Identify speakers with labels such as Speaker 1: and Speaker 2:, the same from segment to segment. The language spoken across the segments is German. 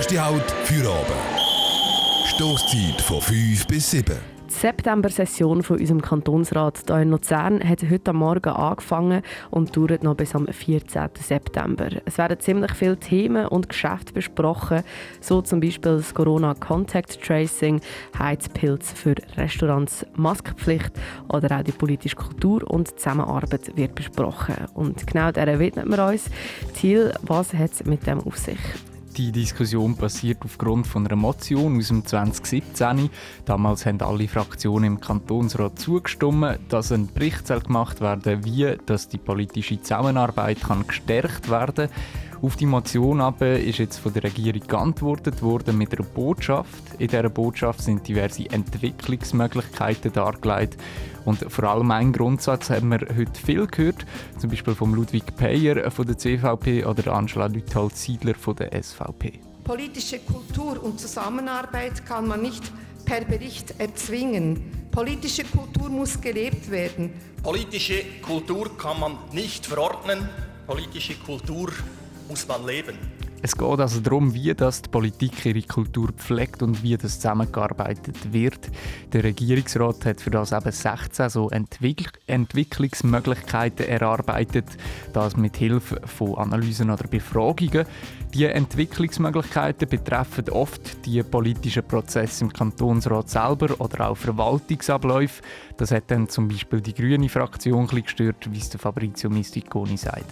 Speaker 1: Feste Halt für oben. Stosszeit von 5 bis 7.
Speaker 2: Die September-Session von unserem Kantonsrat hier in Luzern hat heute Morgen angefangen und dauert noch bis am 14. September. Es werden ziemlich viele Themen und Geschäfte besprochen, so zum Beispiel das Corona-Contact Tracing, Heizpilz für Restaurants, Maskenpflicht oder auch die politische Kultur und Zusammenarbeit wird besprochen. Und genau dieser widmen wir uns. Thiel, was hat es mit dem auf sich?
Speaker 3: Die Diskussion basiert aufgrund von einer Motion aus dem 2017. Damals haben alle Fraktionen im Kantonsrat zugestimmt, dass ein Bericht gemacht werden soll, wie dass die politische Zusammenarbeit gestärkt werden kann. Auf die Motion ist jetzt von der Regierung geantwortet worden mit einer Botschaft. In dieser Botschaft sind diverse Entwicklungsmöglichkeiten dargelegt. Und vor allem einen Grundsatz haben wir heute viel gehört, zum Beispiel von Ludwig Peyer von der CVP oder Angela Lüthold-Siedler von der SVP.
Speaker 4: Politische Kultur und Zusammenarbeit kann man nicht per Bericht erzwingen. Politische Kultur muss gelebt werden.
Speaker 5: Politische Kultur kann man nicht verordnen. Politische Kultur muss man leben.
Speaker 3: Es geht also darum, wie das die Politik ihre Kultur pflegt und wie das zusammengearbeitet wird. Der Regierungsrat hat für das eben 16 so Entwicklungsmöglichkeiten erarbeitet, das mit Hilfe von Analysen oder Befragungen. Die Entwicklungsmöglichkeiten betreffen oft die politischen Prozesse im Kantonsrat selber oder auch Verwaltungsabläufe. Das hat dann zum Beispiel die grüne Fraktion ein bisschen gestört, wie es der Fabrizio Misticoni sagt.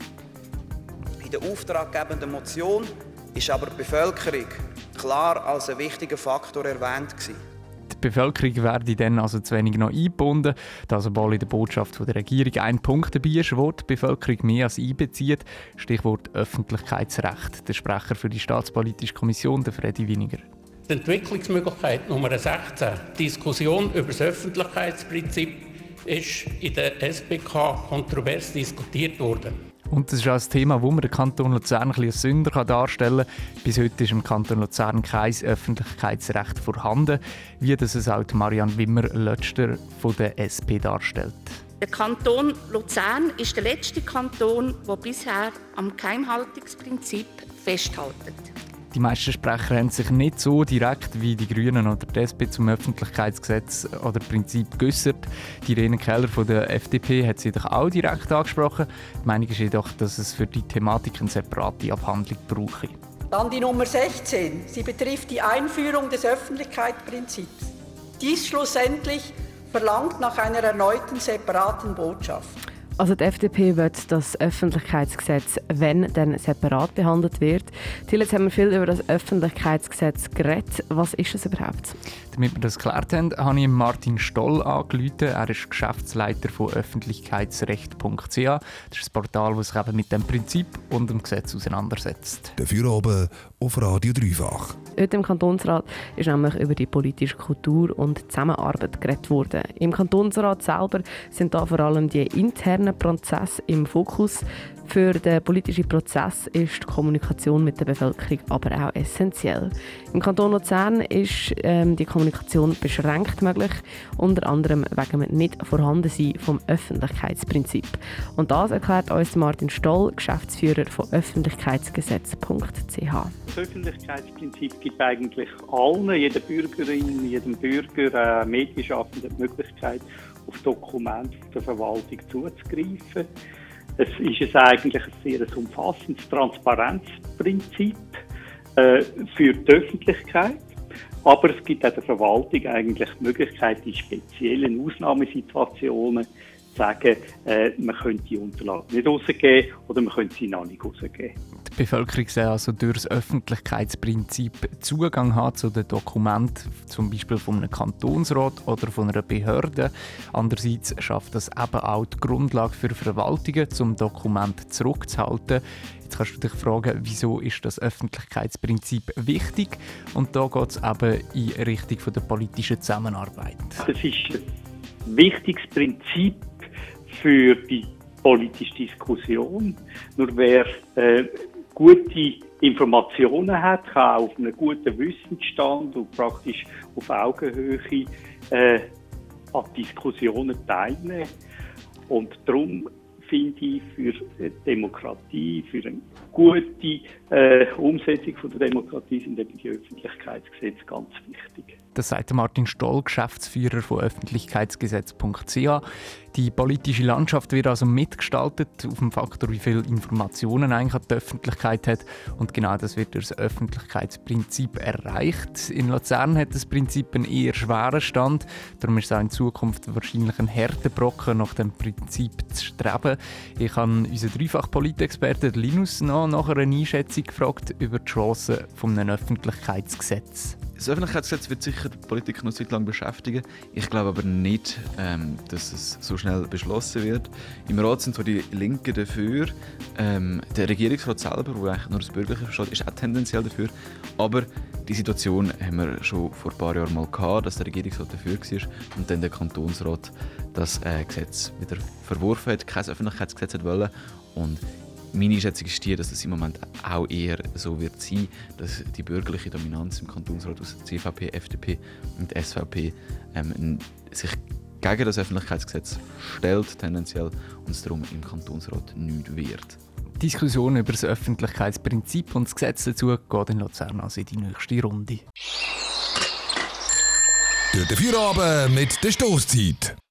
Speaker 6: In der auftraggebenden Motion ist aber die Bevölkerung klar als ein wichtiger Faktor erwähnt gewesen.
Speaker 3: Die Bevölkerung werde dann also zu wenig noch eingebunden, da sowohl in der Botschaft der Regierung ein Punkt dabei ist, wo die Bevölkerung mehr als einbezieht. Stichwort Öffentlichkeitsrecht. Der Sprecher für die Staatspolitische Kommission, der Freddy Winiger.
Speaker 7: Die Entwicklungsmöglichkeit Nummer 16, Diskussion über das Öffentlichkeitsprinzip, ist in der SPK kontrovers diskutiert worden.
Speaker 3: Und das ist auch ein Thema, wo man den Kanton Luzern ein bisschen als Sünder darstellen kann. Bis heute ist im Kanton Luzern kein Öffentlichkeitsrecht vorhanden, wie das es auch Marianne Wimmer-Lötschter von der SP darstellt.
Speaker 8: Der Kanton Luzern ist der letzte Kanton, der bisher am Geheimhaltungsprinzip festhält.
Speaker 3: Die meisten Sprecher haben sich nicht so direkt wie die Grünen oder die SP zum Öffentlichkeitsgesetz oder Prinzip geäussert. Die Irene Keller von der FDP hat sie jedoch auch direkt angesprochen. Die Meinung ist jedoch, dass es für die Thematik eine separate Abhandlung brauche.
Speaker 9: Dann die Nummer 16. Sie betrifft die Einführung des Öffentlichkeitsprinzips. Dies schlussendlich verlangt nach einer erneuten separaten Botschaft.
Speaker 2: Also die FDP will, dass das Öffentlichkeitsgesetz, wenn dann separat behandelt wird. Jetzt haben wir viel über das Öffentlichkeitsgesetz geredet. Was ist es überhaupt?
Speaker 3: Damit wir das geklärt haben, habe ich Martin Stoll angerufen. Er ist Geschäftsleiter von öffentlichkeitsrecht.ch. Das ist ein Portal, das sich eben mit dem Prinzip und dem Gesetz auseinandersetzt.
Speaker 1: Dafür oben auf Radio Dreifach.
Speaker 2: Heute im Kantonsrat ist nämlich über die politische Kultur und Zusammenarbeit geredet worden. Im Kantonsrat selber sind da vor allem die internen Prozesse im Fokus. Für den politischen Prozess ist die Kommunikation mit der Bevölkerung aber auch essentiell. Im Kanton Luzern ist die Kommunikation beschränkt möglich, unter anderem wegen dem Nicht-Vorhandensein vom Öffentlichkeitsprinzip. Und das erklärt uns Martin Stoll, Geschäftsführer von öffentlichkeitsgesetz.ch.
Speaker 10: Das Öffentlichkeitsprinzip gibt eigentlich allen, jeder Bürgerin, jedem Bürger, Medienschaffenden die Möglichkeit, auf Dokumente der Verwaltung zuzugreifen. Es ist eigentlich ein sehr umfassendes Transparenzprinzip für die Öffentlichkeit. Aber es gibt auch der Verwaltung eigentlich die Möglichkeit, in speziellen Ausnahmesituationen zu sagen, man könnte die Unterlagen nicht rausgeben oder man könnte sie noch nicht rausgeben.
Speaker 3: Die Bevölkerung soll also durch das Öffentlichkeitsprinzip Zugang haben zu den Dokumenten, zum Beispiel von einem Kantonsrat oder von einer Behörde. Andererseits schafft das eben auch die Grundlage für Verwaltungen, um Dokumente zurückzuhalten. Jetzt kannst du dich fragen, wieso ist das Öffentlichkeitsprinzip wichtig? Und da geht es eben in Richtung von der politischen Zusammenarbeit.
Speaker 10: Das ist ein wichtiges Prinzip für die politische Diskussion. Nur wer gute Informationen hat, kann auch auf einem guten Wissensstand und praktisch auf Augenhöhe an Diskussionen teilnehmen. Und darum finde ich für Demokratie, für eine gute Umsetzung von der Demokratie sind eben die Öffentlichkeitsgesetze ganz wichtig.
Speaker 3: Das sagt Martin Stoll, Geschäftsführer von öffentlichkeitsgesetz.ch. Die politische Landschaft wird also mitgestaltet auf dem Faktor, wie viele Informationen eigentlich die Öffentlichkeit hat. Und genau das wird durch das Öffentlichkeitsprinzip erreicht. In Luzern hat das Prinzip einen eher schweren Stand. Darum ist es auch in Zukunft wahrscheinlich ein harter Brocken, nach dem Prinzip zu streben. Ich habe unseren Dreifach-Politexperten Linus noch nach einer Einschätzung gefragt über die Chancen eines Öffentlichkeitsgesetzes.
Speaker 11: Das Öffentlichkeitsgesetz wird sicher die Politik noch Zeit lang beschäftigen. Ich glaube aber nicht, dass es so schnell beschlossen wird. Im Rat sind zwar die Linken dafür, der Regierungsrat selber, der eigentlich nur das Bürgerliche versteht, ist auch tendenziell dafür. Aber die Situation haben wir schon vor ein paar Jahren mal gehabt, dass der Regierungsrat dafür war und dann der Kantonsrat das Gesetz wieder verworfen hat, kein Öffentlichkeitsgesetz wollte. Und meine Einschätzung ist die, dass es im Moment auch eher so wird sein, dass die bürgerliche Dominanz im Kantonsrat aus CVP, FDP und SVP sich gegen das Öffentlichkeitsgesetz stellt, tendenziell, und es darum im Kantonsrat nichts wird.
Speaker 3: Die Diskussion über das Öffentlichkeitsprinzip und das Gesetz dazu geht in Luzern also in die nächste Runde.
Speaker 1: Durch den Feierabend mit der Stosszeit.